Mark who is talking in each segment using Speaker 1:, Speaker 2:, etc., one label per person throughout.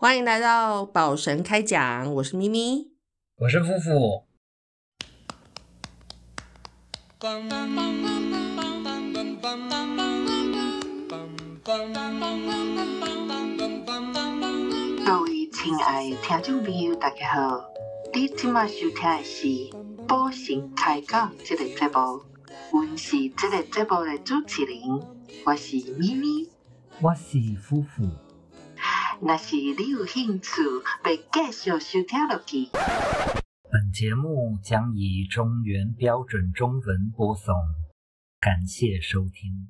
Speaker 1: 欢迎来到宝神开讲，我是咪咪，
Speaker 2: 我是夫妇。
Speaker 3: 各位亲爱的听众朋友，大家好！你今麦收听的是《宝神开讲》这个节目，阮是这个节目的主持人，我是咪咪，
Speaker 2: 我是夫妇。
Speaker 3: 若是你有兴趣，要继续收听落去。
Speaker 2: 本节目将以中原标准中文播送，感谢收听。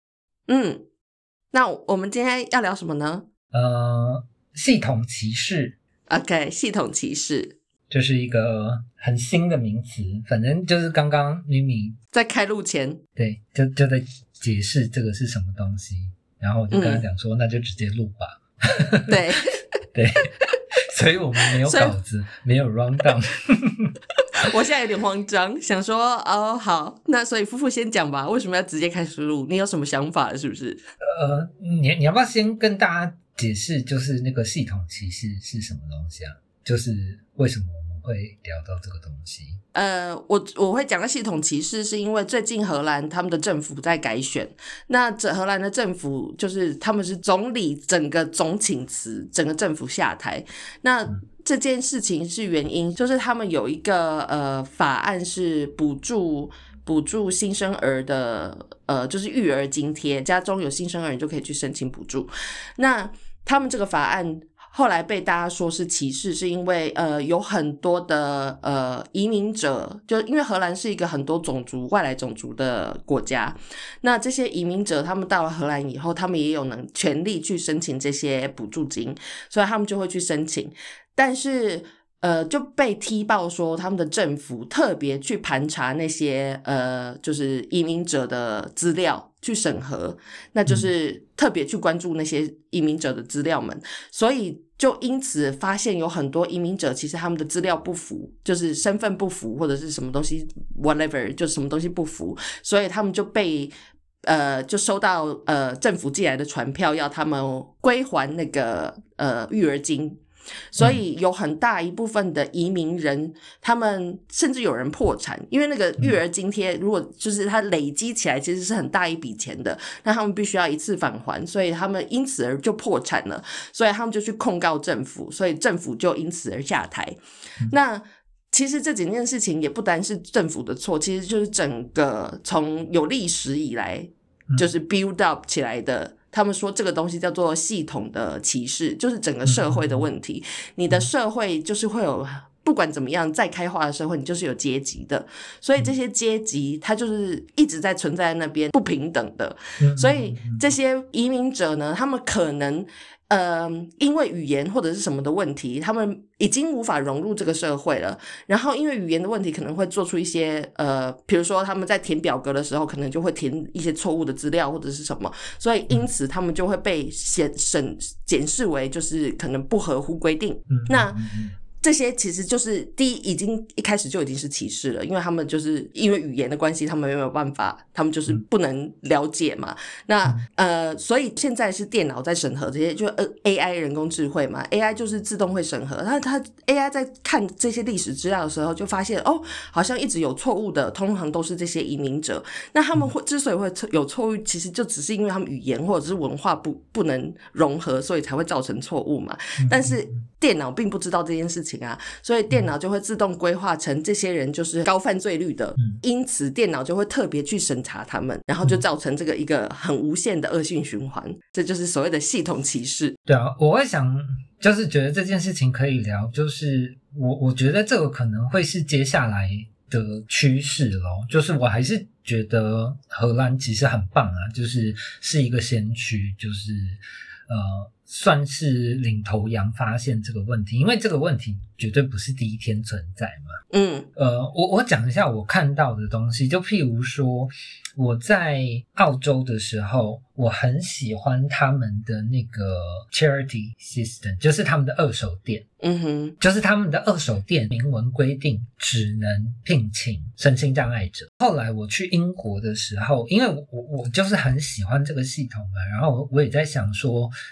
Speaker 1: 那我们今天要聊什么呢？
Speaker 2: 系统歧视。
Speaker 1: OK， 系统歧视，
Speaker 2: 这是一个很新的名词，反正就是刚刚咪咪
Speaker 1: 在开录前，
Speaker 2: 对，就在解释这个是什么东西，然后我就跟他讲说，那就直接录吧。
Speaker 1: 对
Speaker 2: 对，所以我们没有稿子，没有 round down。
Speaker 1: 我现在有点慌张，想说哦好，那所以夫妇先讲吧，为什么要直接开始录？你有什么想法是不是？
Speaker 2: 你要不要先跟大家解释，就是那个系统歧视是什么东西啊？就是为什么我们会聊到这个东西？
Speaker 1: 我会讲到系统歧视，是因为最近荷兰他们的政府在改选，那荷兰的政府就是他们是总理整个总请辞，整个政府下台。那这件事情是原因，就是他们有一个法案是补助新生儿的就是育儿津贴，家中有新生儿你就可以去申请补助。那他们这个法案后来被大家说是歧视，是因为有很多的移民者，就因为荷兰是一个很多种族外来种族的国家，那这些移民者他们到了荷兰以后，他们也有权利去申请这些补助金，所以他们就会去申请，但是就被踢爆说他们的政府特别去盘查那些就是移民者的资料去审核，那就是特别去关注那些移民者的资料们，所以就因此发现有很多移民者其实他们的资料不符，就是身份不符或者是什么东西 whatever 就什么东西不符，所以他们就被就收到政府寄来的传票要他们归还那个育儿金，所以有很大一部分的移民人，他们甚至有人破产，因为那个育儿津贴如果就是它累积起来其实是很大一笔钱的，那他们必须要一次返还，所以他们因此而就破产了，所以他们就去控告政府，所以政府就因此而下台。那其实这几件事情也不单是政府的错，其实就是整个从有历史以来就是 build up 起来的，他们说这个东西叫做系统的歧视，就是整个社会的问题。你的社会就是会有，不管怎么样再开化的社会，你就是有阶级的，所以这些阶级它就是一直在存在那边，不平等的。所以这些移民者呢，他们可能因为语言或者是什么的问题，他们已经无法融入这个社会了，然后因为语言的问题可能会做出一些比如说他们在填表格的时候可能就会填一些错误的资料或者是什么，所以因此他们就会被检视为就是可能不合乎规定。那这些其实就是第一一开始就已经是歧视了，因为他们就是因为语言的关系，他们没有办法，他们就是不能了解嘛。那所以现在是电脑在审核这些，就AI 人工智慧嘛 ，AI 就是自动会审核。它 AI 在看这些历史资料的时候，就发现哦，好像一直有错误的，通常都是这些移民者。那他们之所以会有错误，其实就只是因为他们语言或者是文化不能融合，所以才会造成错误嘛。但是电脑并不知道这件事情啊，所以电脑就会自动规划成这些人就是高犯罪率的，因此电脑就会特别去审查他们，然后就造成这个一个很无限的恶性循环，这就是所谓的系统歧视。
Speaker 2: 对啊，我会想就是觉得这件事情可以聊，就是我觉得这个可能会是接下来的趋势咯，就是我还是觉得荷兰其实很棒啊，是一个先驱，就是算是领头羊发现这个问题，因为这个问题绝对不是第一天存在嘛。我讲一下我看到的东西，就譬如说我在澳洲的时候，我很喜欢他们的那个 charity system， 就是他们的二手店。就是他们的二手店明文规定只能聘请身心障碍者。后来我去英国的时候，因为我就是很喜欢这个系统嘛，然后我也在想说这个系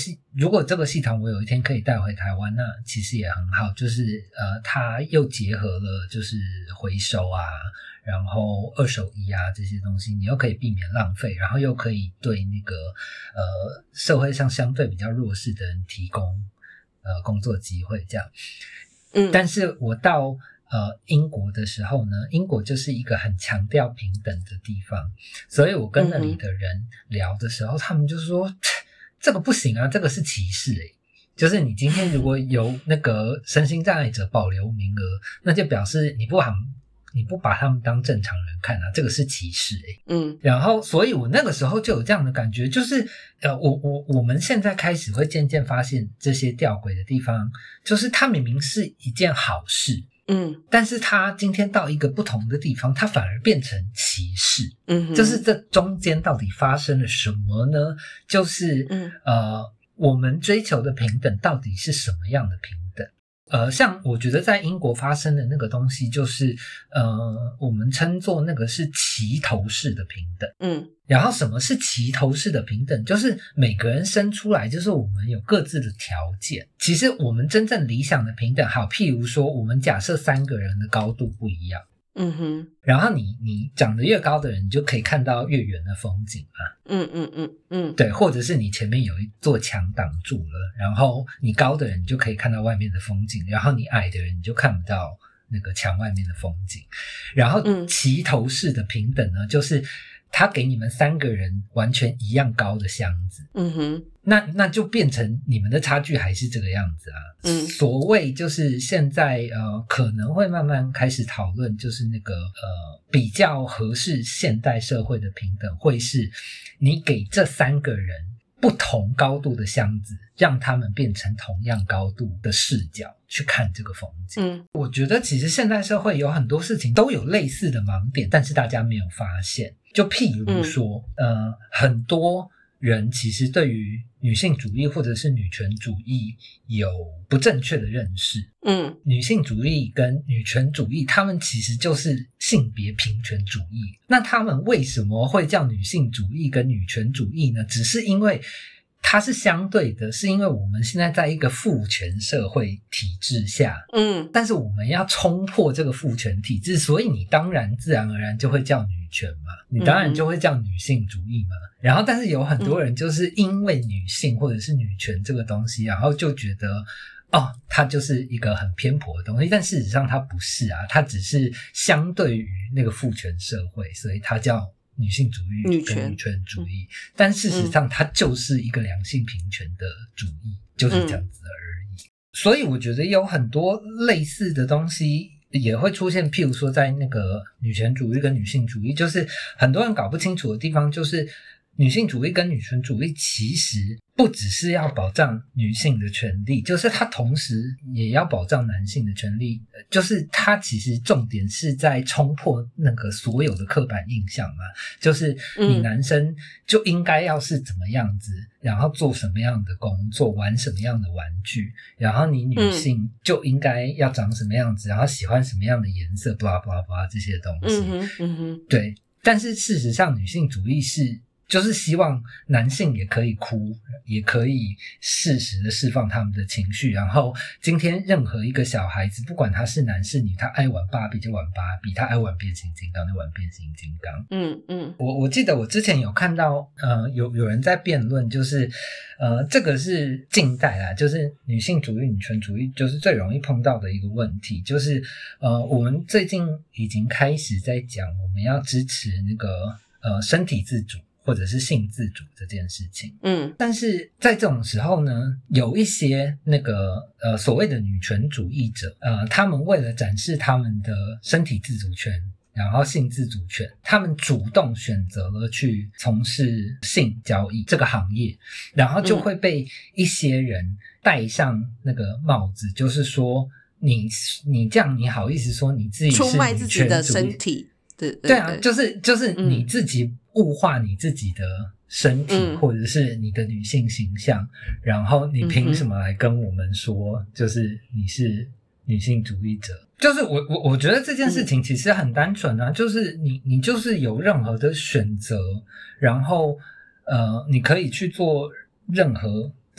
Speaker 2: 如果这个系统我有一天可以带回台湾，那其实也很好，就是它又结合了就是回收啊，然后二手衣啊这些东西，你又可以避免浪费，然后又可以对那个社会上相对比较弱势的人提供工作机会这样。但是我到英国的时候呢，英国就是一个很强调平等的地方，所以我跟那里的人聊的时候，他们就说这个不行啊，这个是歧视就是你今天如果有那个身心障碍者保留名额，那就表示你不把他们当正常人看啊，这个是歧视然后所以我那个时候就有这样的感觉，就是我们现在开始会渐渐发现这些吊诡的地方，就是它明明是一件好事但是它今天到一个不同的地方，它反而变成歧视就是这中间到底发生了什么呢？就是我们追求的平等到底是什么样的平等？像我觉得在英国发生的那个东西，就是我们称作那个是齐头式的平等。然后什么是齐头式的平等？就是每个人生出来就是我们有各自的条件。其实我们真正理想的平等，好，譬如说我们假设3个人的高度不一样。然后你长得越高的人，你就可以看到越远的风景嘛。对，或者是你前面有一座墙挡住了，然后你高的人你就可以看到外面的风景，然后你矮的人你就看不到那个墙外面的风景。然后齐头式的平等呢，就是他给你们3个人完全一样高的箱子。那就变成你们的差距还是这个样子啊。所谓就是现在可能会慢慢开始讨论，就是那个比较合适现代社会的平等，会是你给这3个人不同高度的箱子，让他们变成同样高度的视角去看这个风景。我觉得其实现代社会有很多事情都有类似的盲点，但是大家没有发现。就譬如说很多人其实对于女性主义或者是女权主义有不正确的认识。女性主义跟女权主义，他们其实就是性别平权主义。那他们为什么会叫女性主义跟女权主义呢？只是因为它是相对的，是因为我们现在在一个父权社会体制下，但是我们要冲破这个父权体制，所以你当然自然而然就会叫女权嘛，你当然就会叫女性主义嘛。然后但是有很多人就是因为女性或者是女权这个东西，然后就觉得它就是一个很偏颇的东西，但事实上它不是啊，它只是相对于那个父权社会，所以它叫女性主义跟女权主义，但事实上它就是一个两性平权的主义，就是这样子而已。所以我觉得有很多类似的东西也会出现，譬如说在那个女权主义跟女性主义，就是很多人搞不清楚的地方，就是女性主义跟女权主义其实不只是要保障女性的权利，就是它同时也要保障男性的权利，就是它其实重点是在冲破那个所有的刻板印象嘛，就是你男生就应该要是怎么样子，然后做什么样的工作，玩什么样的玩具，然后你女性就应该要长什么样子，然后喜欢什么样的颜色 blah blah blah 这些东西。对，但是事实上女性主义就是希望男性也可以哭，也可以适时的释放他们的情绪，然后今天任何一个小孩子不管他是男是女，他爱玩芭比就玩芭比，他爱玩变形金刚就玩变形金刚。我记得我之前有看到有人在辩论，就是这个是近代啦，就是女性主义女权主义就是最容易碰到的一个问题，就是我们最近已经开始在讲我们要支持那个身体自主或者是性自主这件事情。但是在这种时候呢，有一些那个所谓的女权主义者，他们为了展示他们的身体自主权，然后性自主权，他们主动选择了去从事性交易这个行业，然后就会被一些人戴上那个帽子，就是说你这样，你好意思说你自己是女权主义，出卖自己的身体。对啊，就是你自己物化你自己的身体，或者是你的女性形象，然后你凭什么来跟我们说就是你是女性主义者？就是我觉得这件事情其实很单纯啊，就是你就是有任何的选择，然后你可以去做任何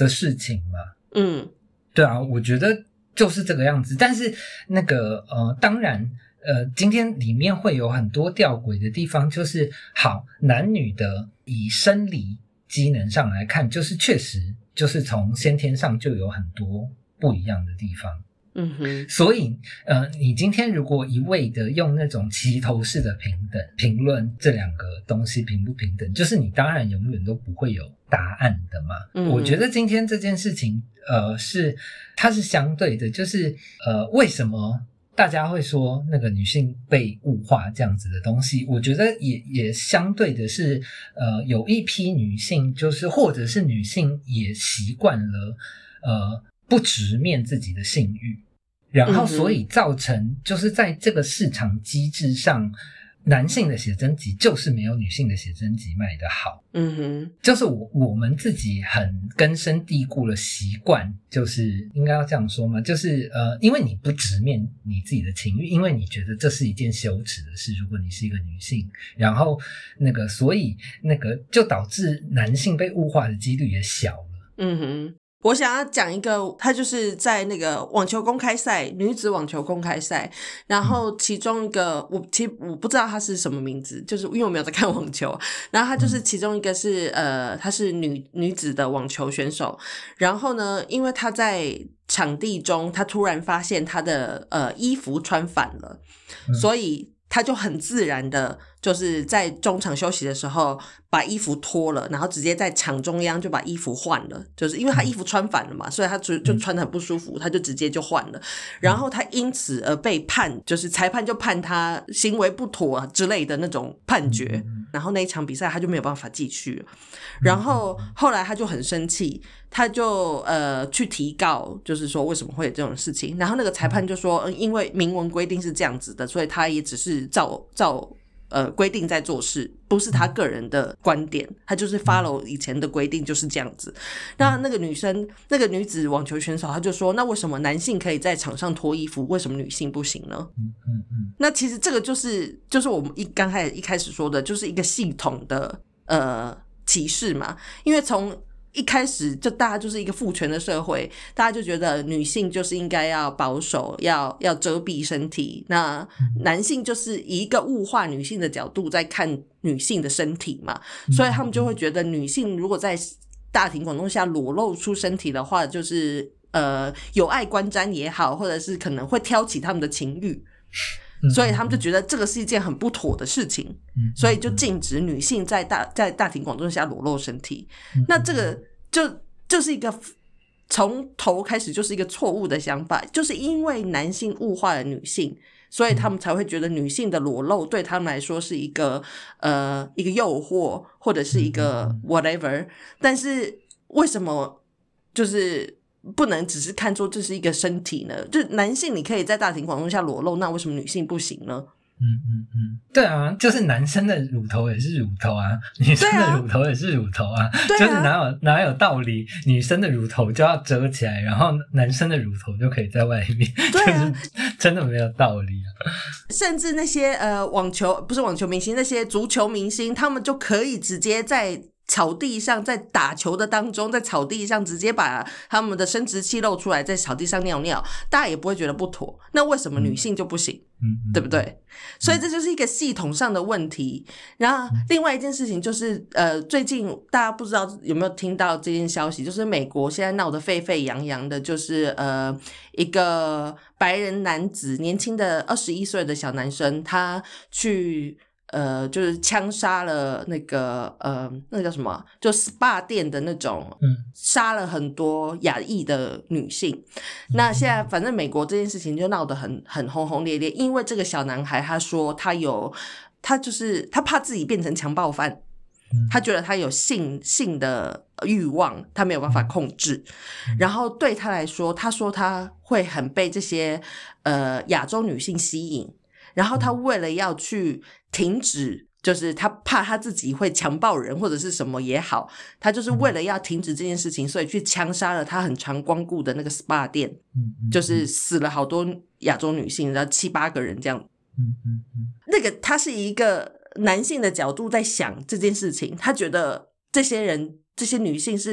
Speaker 2: 的事情嘛。对啊，我觉得就是这个样子。但是那个当然今天里面会有很多吊诡的地方，就是好，男女的以生理机能上来看，就是确实就是从先天上就有很多不一样的地方。所以你今天如果一味的用那种齐头式的平等评论这两个东西平不平等，就是你当然永远都不会有答案的嘛。我觉得今天这件事情它是相对的，就是为什么大家会说那个女性被物化这样子的东西，我觉得也相对的是有一批女性就是或者是女性也习惯了不直面自己的性欲，然后所以造成就是在这个市场机制上，男性的写真集就是没有女性的写真集卖得好。就是我们自己很根深蒂固的习惯，就是应该要这样说嘛，就是因为你不直面你自己的情欲，因为你觉得这是一件羞耻的事，如果你是一个女性，然后那个所以那个就导致男性被物化的几率也小了。
Speaker 1: 我想要讲一个，他就是在那个网球公开赛，女子网球公开赛，然后其中一个其实我不知道他是什么名字，就是因为我没有在看网球，然后他就是其中一个是他是女子的网球选手，然后呢因为他在场地中他突然发现他的衣服穿反了，所以他就很自然的就是在中场休息的时候把衣服脱了，然后直接在场中央就把衣服换了，就是因为他衣服穿反了嘛，所以他就穿得很不舒服，他就直接就换了，然后他因此而被判，就是裁判就判他行为不妥之类的那种判决，然后那一场比赛他就没有办法继续了，然后后来他就很生气，他就去提告，就是说为什么会有这种事情，然后那个裁判就说因为明文规定是这样子的，所以他也只是照规定在做事，不是他个人的观点，他就是 follow 以前的规定就是这样子。那个女子网球选手他就说，那为什么男性可以在场上脱衣服，为什么女性不行呢？那其实这个就是我们一开始说的，就是一个系统的歧视嘛，因为从一开始就大家就是一个父权的社会，大家就觉得女性就是应该要保守，要遮蔽身体，那男性就是以一个物化女性的角度在看女性的身体嘛，所以他们就会觉得女性如果在大庭广众下裸露出身体的话，就是有碍观瞻也好，或者是可能会挑起他们的情欲，所以他们就觉得这个是一件很不妥的事情，所以就禁止女性在大庭广众下裸露身体。那这个就是一个从头开始就是一个错误的想法，就是因为男性物化了女性，所以他们才会觉得女性的裸露对他们来说是一个诱惑，或者是一个 whatever。但是为什么就是不能只是看作这是一个身体呢？就男性你可以在大庭广众下裸露，那为什么女性不行呢？
Speaker 2: 对啊，就是男生的乳头也是乳头啊，女生的乳头也是乳头啊，就是哪有道理女生的乳头就要遮起来，然后男生的乳头就可以在外面，对啊，就是真的没有道理啊。
Speaker 1: 甚至那些不是网球明星，那些足球明星，他们就可以直接在草地上，在打球的当中，在草地上直接把他们的生殖器露出来，在草地上尿尿，大家也不会觉得不妥。那为什么女性就不行？对不对？所以这就是一个系统上的问题。然后另外一件事情就是最近大家不知道有没有听到这件消息，就是美国现在闹得沸沸扬扬的，就是一个白人男子，年轻的21岁的小男生，他去就是枪杀了那个那个叫什么，就 SPA 店的那种，杀了很多亚裔的女性。那现在反正美国这件事情就闹得很轰轰烈烈，因为这个小男孩他说他就是他怕自己变成强暴犯，他觉得他有性的欲望，他没有办法控制，然后对他来说，他说他会很被这些亚洲女性吸引，然后他为了要去停止，就是他怕他自己会强暴人或者是什么也好，他就是为了要停止这件事情，所以去枪杀了他很常光顾的那个 SPA 店，就是死了好多亚洲女性，然后7-8个人这样。那个他是一个男性的角度在想这件事情，他觉得这些女性是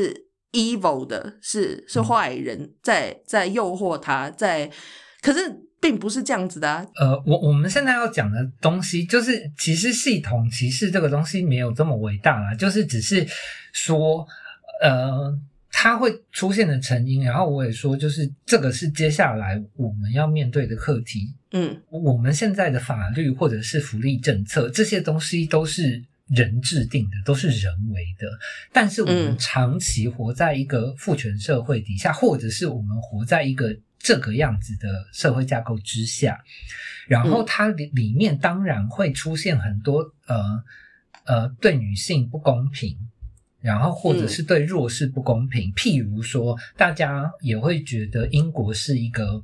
Speaker 1: evil 的，是坏人在诱惑他，可是并不是这样子的啊。
Speaker 2: 我们现在要讲的东西，就是其实系统歧视这个东西没有这么伟大啦，就是只是说它会出现的成因，然后我也说就是这个是接下来我们要面对的课题。我们现在的法律或者是福利政策，这些东西都是人制定的，都是人为的，但是我们长期活在一个父权社会底下，或者是我们活在一个这个样子的社会架构之下，然后它里面当然会出现很多对女性不公平，然后或者是对弱势不公平，譬如说大家也会觉得英国是一个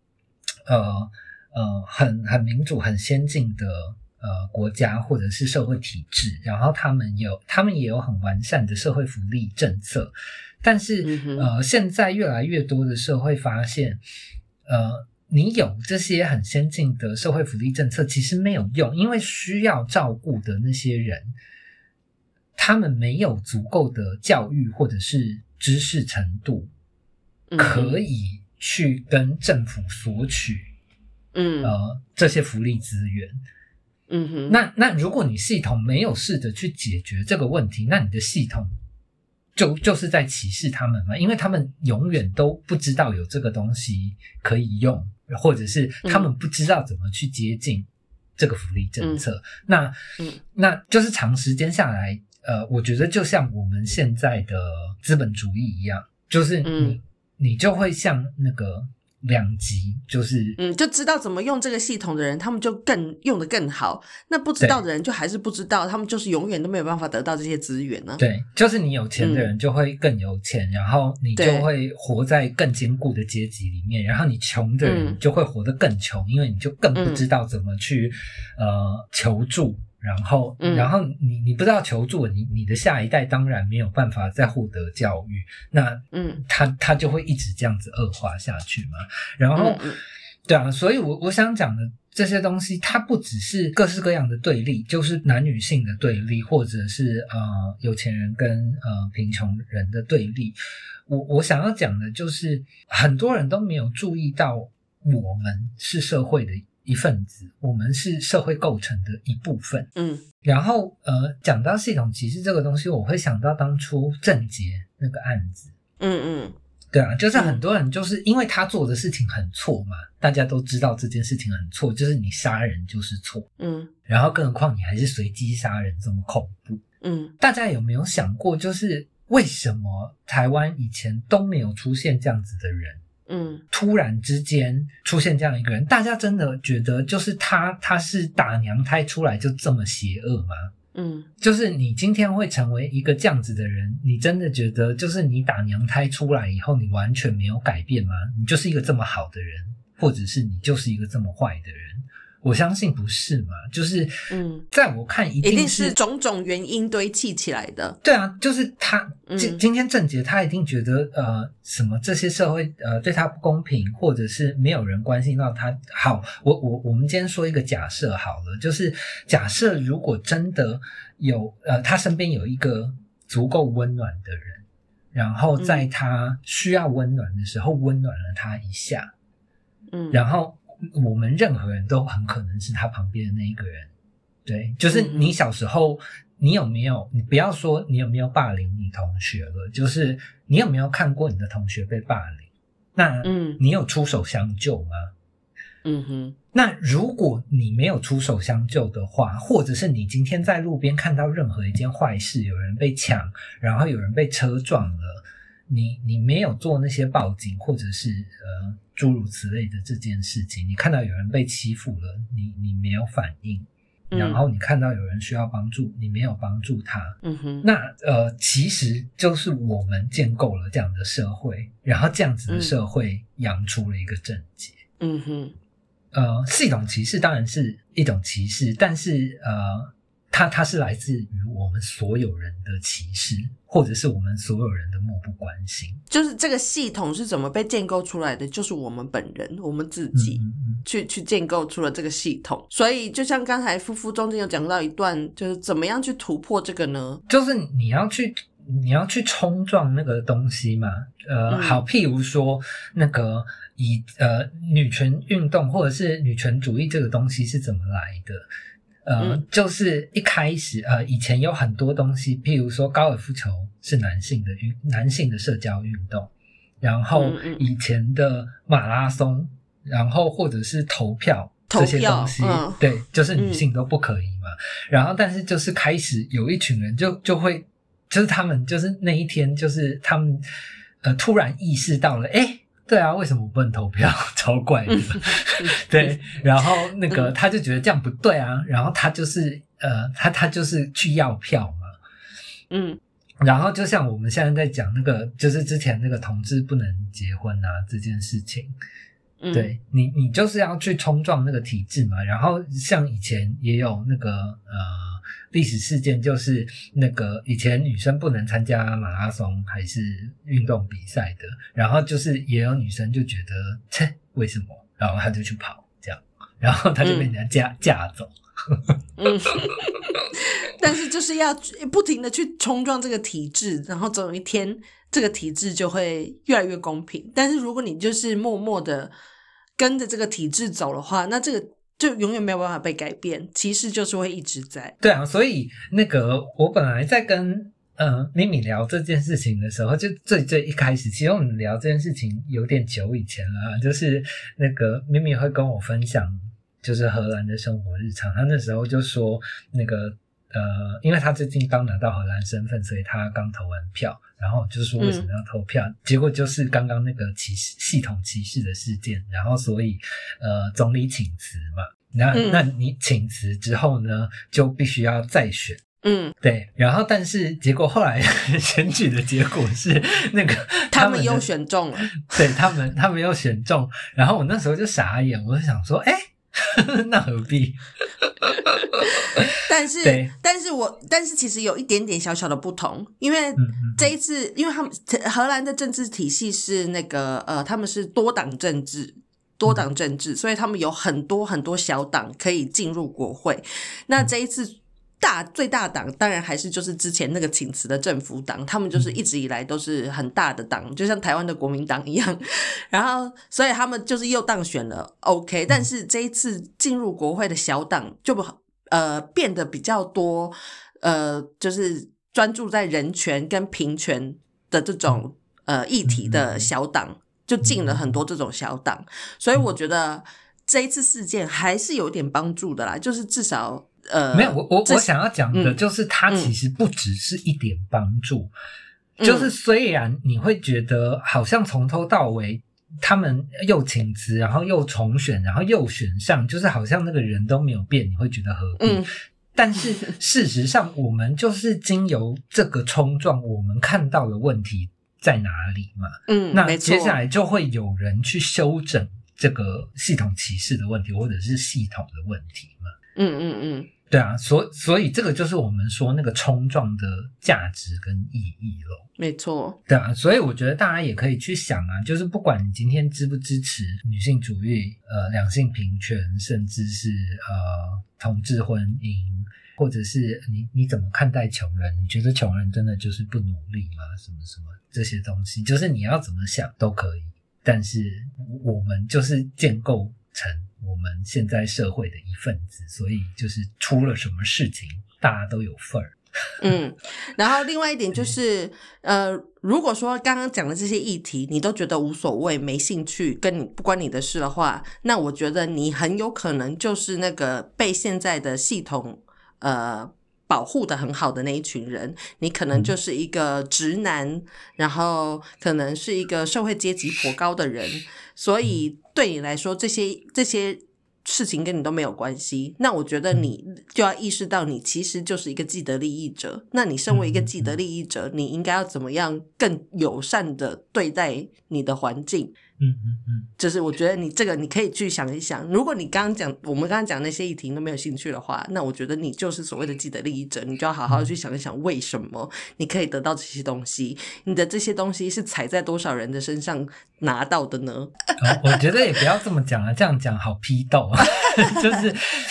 Speaker 2: 很民主很先进的国家或者是社会体制，然后他们也有很完善的社会福利政策，但是现在越来越多的社会发现你有这些很先进的社会福利政策其实没有用，因为需要照顾的那些人他们没有足够的教育或者是知识程度可以去跟政府索取这些福利资源。那如果你系统没有试着去解决这个问题，那你的系统就是在歧视他们嘛，因为他们永远都不知道有这个东西可以用，或者是他们不知道怎么去接近这个福利政策。那就是长时间下来我觉得就像我们现在的资本主义一样，就是你就会像那个两极，就是
Speaker 1: 就知道怎么用这个系统的人他们就用得更好，那不知道的人就还是不知道，他们就是永远都没有办法得到这些资源呢。
Speaker 2: 对，就是你有钱的人就会更有钱，然后你就会活在更坚固的阶级里面，然后你穷的人就会活得更穷，因为你就更不知道怎么去求助，然后你不知道求助，你的下一代当然没有办法再获得教育，那他就会一直这样子恶化下去嘛。然后对啊，所以我想讲的这些东西它不只是各式各样的对立，就是男女性的对立，或者是有钱人跟贫穷人的对立。我想要讲的就是很多人都没有注意到我们是社会的一份子，我们是社会构成的一部分。然后讲到系统歧视这个东西，我会想到当初郑捷那个案子。对啊，就是很多人就是因为他做的事情很错嘛，大家都知道这件事情很错，就是你杀人就是错。然后更何况你还是随机杀人，这么恐怖。大家有没有想过，就是为什么台湾以前都没有出现这样子的人？突然之间出现这样一个人，大家真的觉得就是他是打娘胎出来就这么邪恶吗？就是你今天会成为一个这样子的人，你真的觉得就是你打娘胎出来以后你完全没有改变吗？你就是一个这么好的人，或者是你就是一个这么坏的人？我相信不是嘛，就是在我看一定是
Speaker 1: 种种原因堆砌起来的。
Speaker 2: 对啊，就是他今天郑捷他一定觉得什么这些社会对他不公平，或者是没有人关心到他。好，我们今天说一个假设好了，就是假设如果真的有他身边有一个足够温暖的人，然后在他需要温暖的时候温暖了他一下，然后我们任何人都很可能是他旁边的那一个人。对，就是你小时候你不要说你有没有霸凌你同学了，就是你有没有看过你的同学被霸凌，那你有出手相救吗？那如果你没有出手相救的话，或者是你今天在路边看到任何一件坏事，有人被抢，然后有人被车撞了，你没有做那些报警或者是诸如此类的这件事情，你看到有人被欺负了，你没有反应，然后你看到有人需要帮助，你没有帮助他，那其实就是我们建构了这样的社会，然后这样子的社会养出了一个郑捷。系统歧视当然是一种歧视，但是它是来自于我们所有人的歧视，或者是我们所有人的漠不关心。
Speaker 1: 就是这个系统是怎么被建构出来的，就是我们本人我们自己去建构出了这个系统。所以就像刚才夫妇中间有讲到一段，就是怎么样去突破这个呢？
Speaker 2: 就是你要去你要去冲撞那个东西嘛，好，譬如说那个以女权运动或者是女权主义这个东西是怎么来的？就是一开始以前有很多东西，譬如说高尔夫球是男性的社交运动，然后以前的马拉松，然后或者是投票这些东西，对，就是女性都不可以嘛。然后但是就是开始有一群人就会，就是他们就是那一天就是他们突然意识到了，对啊，为什么我不能投票？超怪的。对，然后那个他就觉得这样不对啊，然后他就是他就是去要票嘛。然后就像我们现在在讲那个，就是之前那个同志不能结婚啊这件事情。对，你就是要去冲撞那个体制嘛。然后像以前也有那个历史事件，就是那个以前女生不能参加马拉松还是运动比赛的，然后就是也有女生就觉得切为什么，然后她就去跑这样，然后她就被人家架走。
Speaker 1: 但是就是要不停的去冲撞这个体制，然后总有一天这个体制就会越来越公平。但是如果你就是默默的跟着这个体制走的话，那这个就永远没有办法被改变，歧视就是会一直在。
Speaker 2: 对啊，所以那个我本来在跟咪咪聊这件事情的时候，就最一开始，其实我们聊这件事情有点久以前了，就是那个咪咪会跟我分享就是荷兰的生活日常，他那时候就说那个因为他最近刚拿到荷兰身份，所以他刚投完票，然后就说为什么要投票，结果就是刚刚那个系统歧视的事件，然后所以总理请辞嘛，那你请辞之后呢，就必须要再选。对，然后但是结果后来选举的结果是那个
Speaker 1: 他们又选中了。
Speaker 2: 对，他们又选中，然后我那时候就傻眼，我就想说那何必？
Speaker 1: 但是其实有一点点小小的不同，因为这一次，因为他们荷兰的政治体系是那个他们是多党政治，所以他们有很多很多小党可以进入国会。那这一次最大党当然还是就是之前那个请辞的政府党，他们就是一直以来都是很大的党，就像台湾的国民党一样。然后所以他们就是又当选了 OK， 但是这一次进入国会的小党就变得比较多，就是专注在人权跟平权的这种议题的小党，就进了很多这种小党。所以我觉得这一次事件还是有点帮助的啦，就是至少
Speaker 2: 没有，我想要讲的就是它其实不只是一点帮助，就是虽然你会觉得好像从头到尾他们又请辞，然后又重选，然后又选上，就是好像那个人都没有变，你会觉得何必？但是事实上我们就是经由这个冲撞，我们看到了问题在哪里嘛。那接下来就会有人去修正这个系统歧视的问题，或者是系统的问题嘛。对啊，所以这个就是我们说那个冲撞的价值跟意义咯。
Speaker 1: 没错。
Speaker 2: 对啊，所以我觉得大家也可以去想啊，就是不管你今天支不支持女性主义、两性平权，甚至是同志婚姻，或者是你怎么看待穷人？你觉得穷人真的就是不努力吗？什么什么这些东西，就是你要怎么想都可以，但是我们就是建构成我们现在社会的一份子，所以就是出了什么事情大家都有份儿。
Speaker 1: 然后另外一点就是如果说刚刚讲的这些议题你都觉得无所谓没兴趣跟你不关你的事的话，那我觉得你很有可能就是那个被现在的系统保护的很好的那一群人，你可能就是一个直男，然后可能是一个社会阶级颇高的人，所以对你来说这些事情跟你都没有关系，那我觉得你就要意识到你其实就是一个既得利益者。那你身为一个既得利益者，你应该要怎么样更友善的对待你的环境。就是我觉得你这个你可以去想一想，如果你我们刚刚讲那些议题都没有兴趣的话，那我觉得你就是所谓的既得利益者，你就要好好去想一想为什么你可以得到这些东西，你的这些东西是踩在多少人的身上拿到的呢？
Speaker 2: 我觉得也不要这么讲啊，这样讲好批斗啊。就是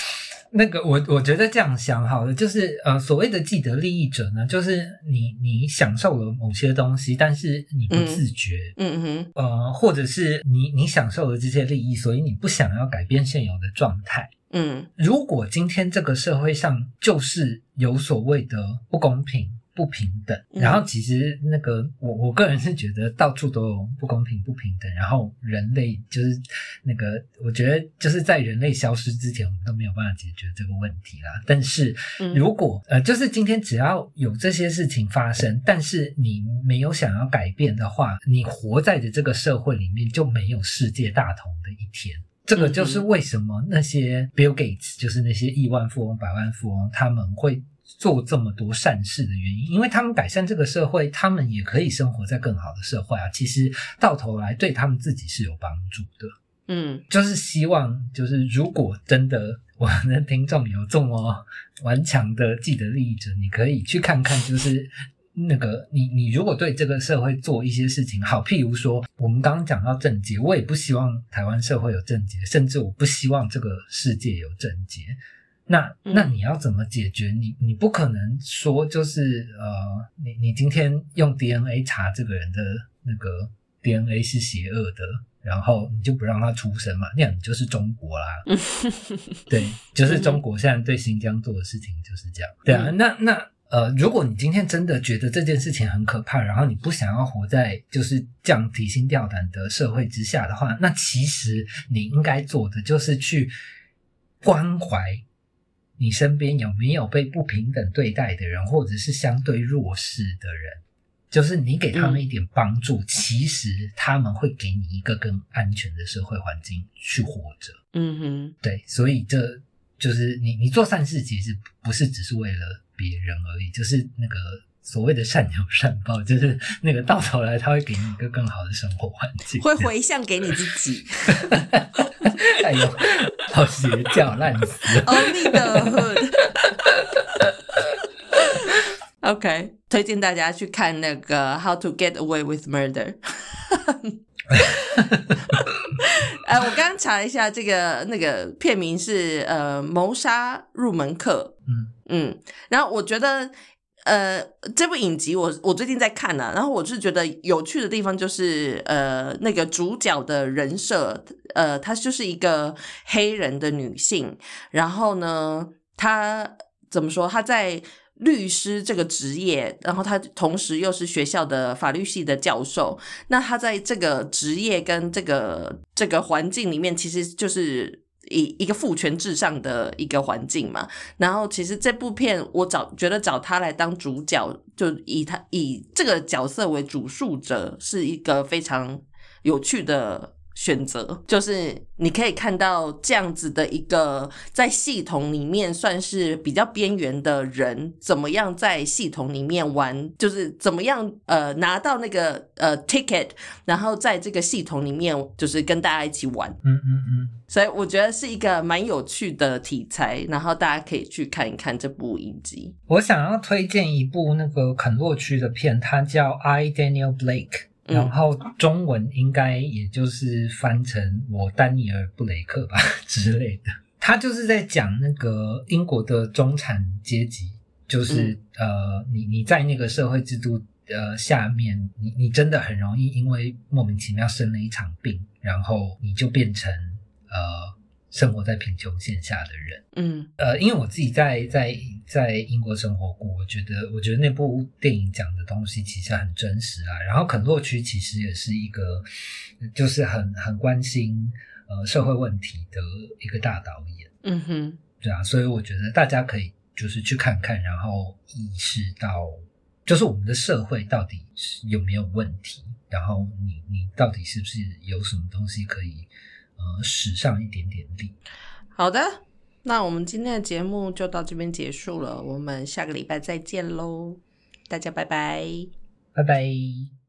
Speaker 2: 那个我觉得这样想好了，就是所谓的既得利益者呢，就是你享受了某些东西，但是你不自觉，或者是你享受了这些利益，所以你不想要改变现有的状态。如果今天这个社会上就是有所谓的不公平不平等，然后其实那个我个人是觉得到处都有不公平不平等，然后人类就是那个我觉得就是在人类消失之前我们都没有办法解决这个问题啦。但是如果就是今天只要有这些事情发生，但是你没有想要改变的话，你活在的这个社会里面就没有世界大同的一天。这个就是为什么那些 Bill Gates 就是那些亿万富翁百万富翁他们会做这么多善事的原因，因为他们改善这个社会，他们也可以生活在更好的社会啊。其实到头来对他们自己是有帮助的。就是希望就是如果真的我们的听众有这么顽强的既得利益者，你可以去看看，就是那个你如果对这个社会做一些事情好，譬如说我们刚刚讲到政界，我也不希望台湾社会有政界，甚至我不希望这个世界有政界。那你要怎么解决？你不可能说就是你今天用 DNA 查这个人的那个 DNA 是邪恶的，然后你就不让他出生嘛，那样你就是中国啦。对，就是中国现在对新疆做的事情就是这样。对啊，那如果你今天真的觉得这件事情很可怕，然后你不想要活在就是这样提心吊胆的社会之下的话，那其实你应该做的就是去关怀你身边有没有被不平等对待的人，或者是相对弱势的人，就是你给他们一点帮助，其实他们会给你一个更安全的社会环境去活着。对，所以这就是你做善事其实不是只是为了别人而已，就是那个所谓的善有善报，就是那个到头来他会给你一个更好的生活环境，
Speaker 1: 会回向给你自己。
Speaker 2: 哎呦，好邪教，烂死了。
Speaker 1: Only the hood 。OK， 推荐大家去看那个 How to Get Away with Murder。我刚刚查了一下，这个那个片名是谋杀入门课。然后我觉得这部影集我最近在看啊，然后我是觉得有趣的地方就是那个主角的人设，她就是一个黑人的女性，然后呢她怎么说，她在律师这个职业，然后她同时又是学校的法律系的教授，那她在这个职业跟这个环境里面，其实就是一个父权至上的一个环境嘛。然后其实这部片我觉得找他来当主角，就以这个角色为主述者，是一个非常有趣的选择。就是你可以看到这样子的一个在系统里面算是比较边缘的人，怎么样在系统里面玩，就是怎么样拿到那个ticket， 然后在这个系统里面就是跟大家一起玩。所以我觉得是一个蛮有趣的题材，然后大家可以去看一看这部影集。
Speaker 2: 我想要推荐一部那个肯洛区的片，它叫 I Daniel Blake，然后中文应该也就是翻成我丹尼尔布雷克吧之类的。他就是在讲那个英国的中产阶级，就是你在那个社会制度下面，你真的很容易因为莫名其妙生了一场病，然后你就变成生活在贫穷线下的人。因为我自己在英国生活过，我觉得那部电影讲的东西其实很真实啊。然后肯洛区其实也是一个就是很关心社会问题的一个大导演。对啊，所以我觉得大家可以就是去看看，然后意识到就是我们的社会到底有没有问题，然后你到底是不是有什么东西可以使上一点点力。
Speaker 1: 好的，那我们今天的节目就到这边结束了，我们下个礼拜再见咯，大家拜拜。
Speaker 2: 拜拜。